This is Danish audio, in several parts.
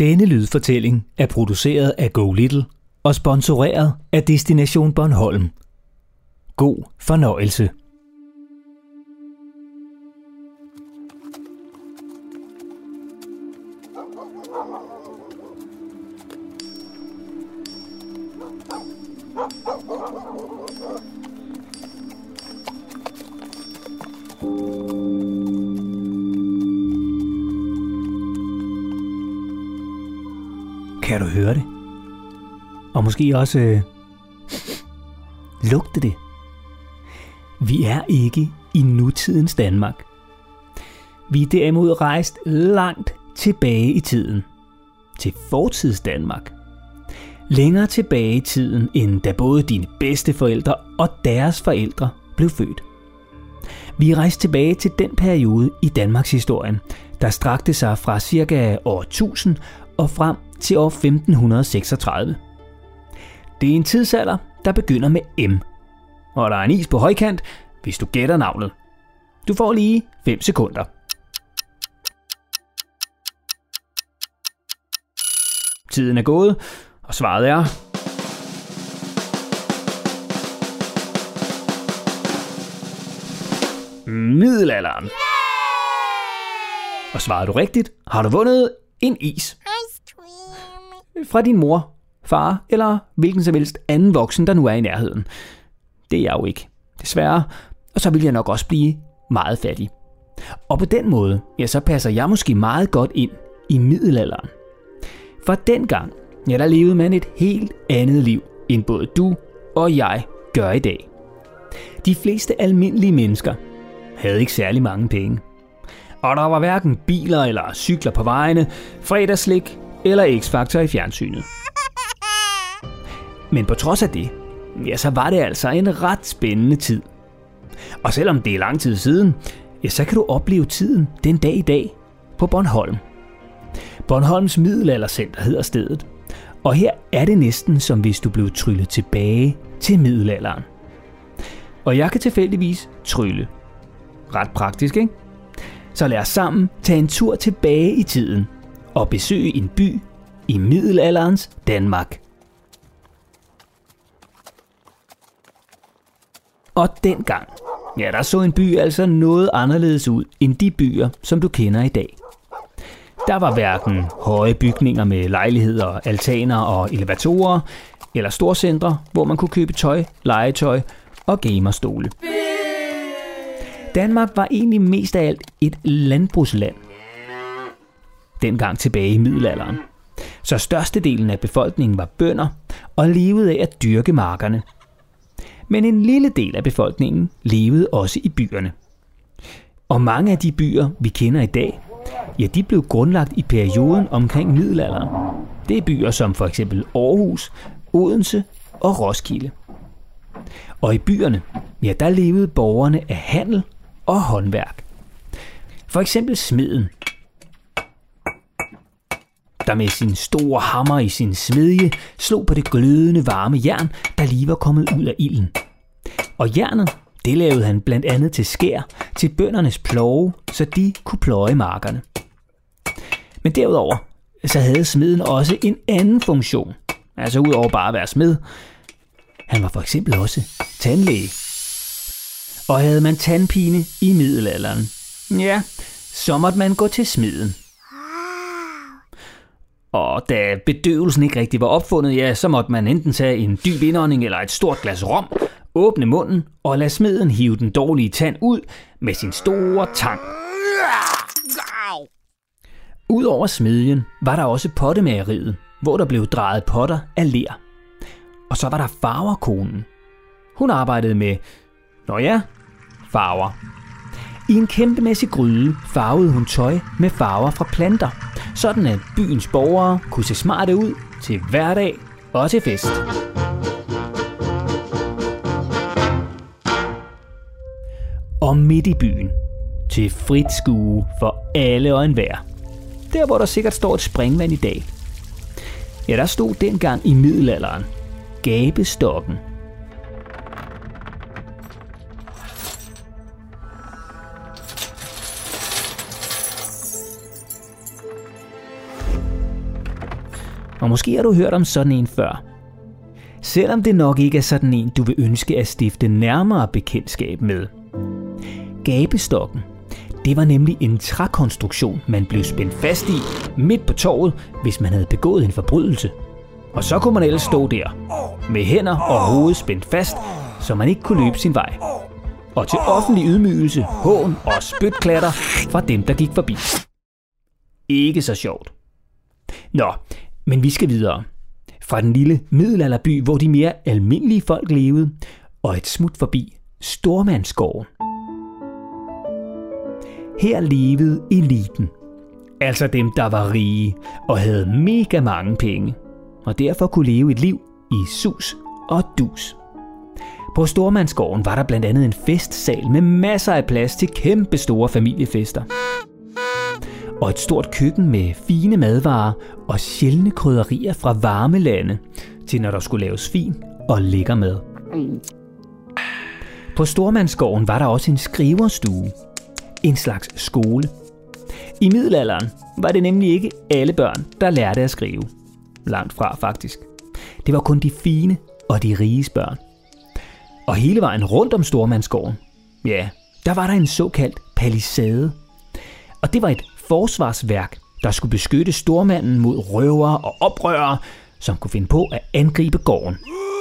Denne lydfortælling er produceret af Go Little og sponsoreret af Destination Bornholm. God fornøjelse. Kan du høre det? Og måske også lugte det. Vi er ikke i nutidens Danmark. Vi er derimod rejst langt tilbage i tiden. Til fortids Danmark. Længere tilbage i tiden, end da både dine bedsteforældre og deres forældre blev født. Vi er rejst tilbage til den periode i Danmarks historien, der strakte sig fra ca. år 1000 og frem til år 1536. Det er en tidsalder, der begynder med M. Og der er en is på højkant, hvis du gætter navnet. Du får lige 5 sekunder. Tiden er gået, og svaret er... middelalderen. Og svarer du rigtigt, har du vundet en is. Fra din mor, far eller hvilken som helst anden voksen, der nu er i nærheden. Det er jeg jo ikke, desværre. Og så vil jeg nok også blive meget fattig. Og på den måde, ja, så passer jeg måske meget godt ind i middelalderen. For dengang, ja, der levede man et helt andet liv, end både du og jeg gør i dag. De fleste almindelige mennesker havde ikke særlig mange penge. Og der var hverken biler eller cykler på vejene, fredagsslik eller X-Factor i fjernsynet. Men på trods af det, ja, så var det altså en ret spændende tid. Og selvom det er lang tid siden, ja, så kan du opleve tiden den dag i dag på Bornholm. Bornholms Middelaldercenter hedder stedet. Og her er det næsten som hvis du blev tryllet tilbage til middelalderen. Og jeg kan tilfældigvis trylle. Ret praktisk, ikke? Så lad os sammen tage en tur tilbage i tiden og besøge en by i middelalderens Danmark. Og dengang, ja, der så en by altså noget anderledes ud end de byer, som du kender i dag. Der var hverken høje bygninger med lejligheder, altaner og elevatorer, eller storcentre, hvor man kunne købe tøj, legetøj og gamerstole. Danmark var egentlig mest af alt et landbrugsland. Dengang tilbage i middelalderen. Så størstedelen af befolkningen var bønder og levede af at dyrke markerne. Men en lille del af befolkningen levede også i byerne. Og mange af de byer, vi kender i dag, ja, de blev grundlagt i perioden omkring middelalderen. Det er byer som for eksempel Aarhus, Odense og Roskilde. Og i byerne, ja, der levede borgerne af handel og håndværk. For eksempel smeden, der med sin store hammer i sin smedje slog på det glødende varme jern, der lige var kommet ud af ilden. Og jernet, det lavede han blandt andet til skær til bøndernes plove, så de kunne pløje markerne. Men derudover, så havde smeden også en anden funktion. Altså udover bare at være smed. Han var for eksempel også tandlæge. Og havde man tandpine i middelalderen, ja, så måtte man gå til smeden. Og da bedøvelsen ikke rigtig var opfundet, ja, så måtte man enten tage en dyb indånding eller et stort glas rom, åbne munden og lade smeden hive den dårlige tand ud med sin store tang. Udover smedjen var der også pottemageriet, hvor der blev drejet potter af ler. Og så var der farverkonen. Hun arbejdede med, farver. I en kæmpemæssig gryde farvede hun tøj med farver fra planter, sådan at byens borgere kunne se smarte ud til hverdag og til fest. Og midt i byen, til frit skue for alle og enhver. Der hvor der sikkert står et springvand i dag. Ja, der stod dengang i middelalderen gabestokken. Og måske har du hørt om sådan en før. Selvom det nok ikke er sådan en, du vil ønske at stifte nærmere bekendtskab med. Gabestokken, det var nemlig en trækonstruktion, man blev spændt fast i midt på torvet, hvis man havde begået en forbrydelse. Og så kunne man ellers stå der, med hænder og hoved spændt fast, så man ikke kunne løbe sin vej. Og til offentlig ydmygelse, hån og spytklatter fra dem, der gik forbi. Ikke så sjovt. Nå, men vi skal videre. Fra den lille middelalderby, hvor de mere almindelige folk levede, og et smut forbi Stormandsgården. Her levede eliten. Altså dem, der var rige og havde mega mange penge, og derfor kunne leve et liv i sus og dus. På Stormandsgården var der blandt andet en festsal med masser af plads til kæmpe store familiefester. Og et stort køkken med fine madvarer og sjældne krydderier fra varme lande, til når der skulle laves fin og lækker mad. På Stormandsgården var der også en skriverstue, en slags skole. I middelalderen var det nemlig ikke alle børn, der lærte at skrive. Langt fra faktisk. Det var kun de fine og de riges børn. Og hele vejen rundt om Stormandsgården, ja, der var der en såkaldt palisade. Og det var et forsvarsværk, der skulle beskytte stormanden mod røvere og oprørere, som kunne finde på at angribe gården.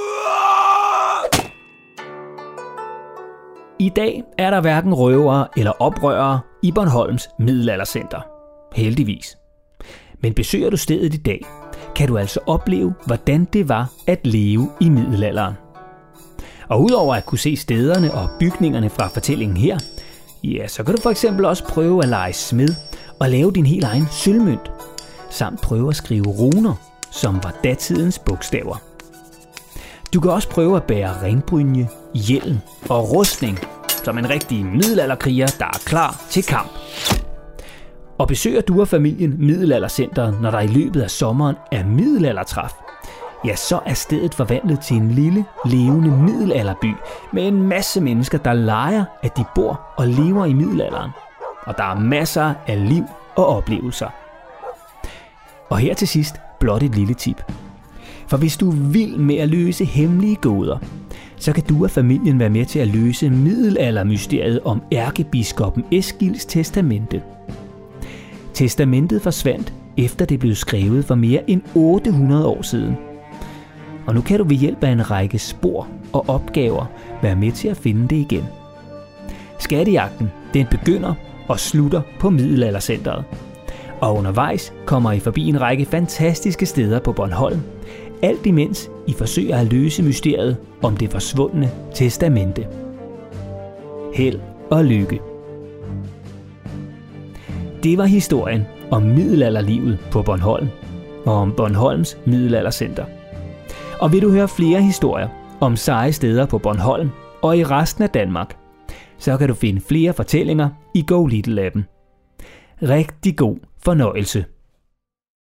I dag er der hverken røvere eller oprørere i Bornholms middelaldercenter. Heldigvis. Men besøger du stedet i dag, kan du altså opleve, hvordan det var at leve i middelalderen. Og udover at kunne se stederne og bygningerne fra fortællingen her, ja, så kan du for eksempel også prøve at lege smed og lave din helt egen sølvmønt, samt prøve at skrive runer, som var datidens bogstaver. Du kan også prøve at bære ringbrynje, hjelm og rustning, som en rigtig middelalderkriger, der er klar til kamp. Og besøger du og familien Middelaldercenteret, når der i løbet af sommeren er middelaldertræf, ja, så er stedet forvandlet til en lille, levende middelalderby med en masse mennesker, der leger, at de bor og lever i middelalderen. Og der er masser af liv og oplevelser. Og her til sidst blot et lille tip. For hvis du er vild med at løse hemmelige gåder, så kan du og familien være med til at løse middelaldermysteriet om ærkebiskoppen Eskilds testamente. Testamentet forsvandt, efter det blev skrevet for mere end 800 år siden. Og nu kan du ved hjælp af en række spor og opgaver være med til at finde det igen. Skattejagten, den begynder og slutter på Middelaldercenteret. Og undervejs kommer I forbi en række fantastiske steder på Bornholm, alt imens I forsøger at løse mysteriet om det forsvundne testamente. Held og lykke. Det var historien om middelalderlivet på Bornholm og om Bornholms Middelaldercenter. Og vil du høre flere historier om seje steder på Bornholm og i resten af Danmark, så kan du finde flere fortællinger i Go Little-appen. Rigtig god fornøjelse.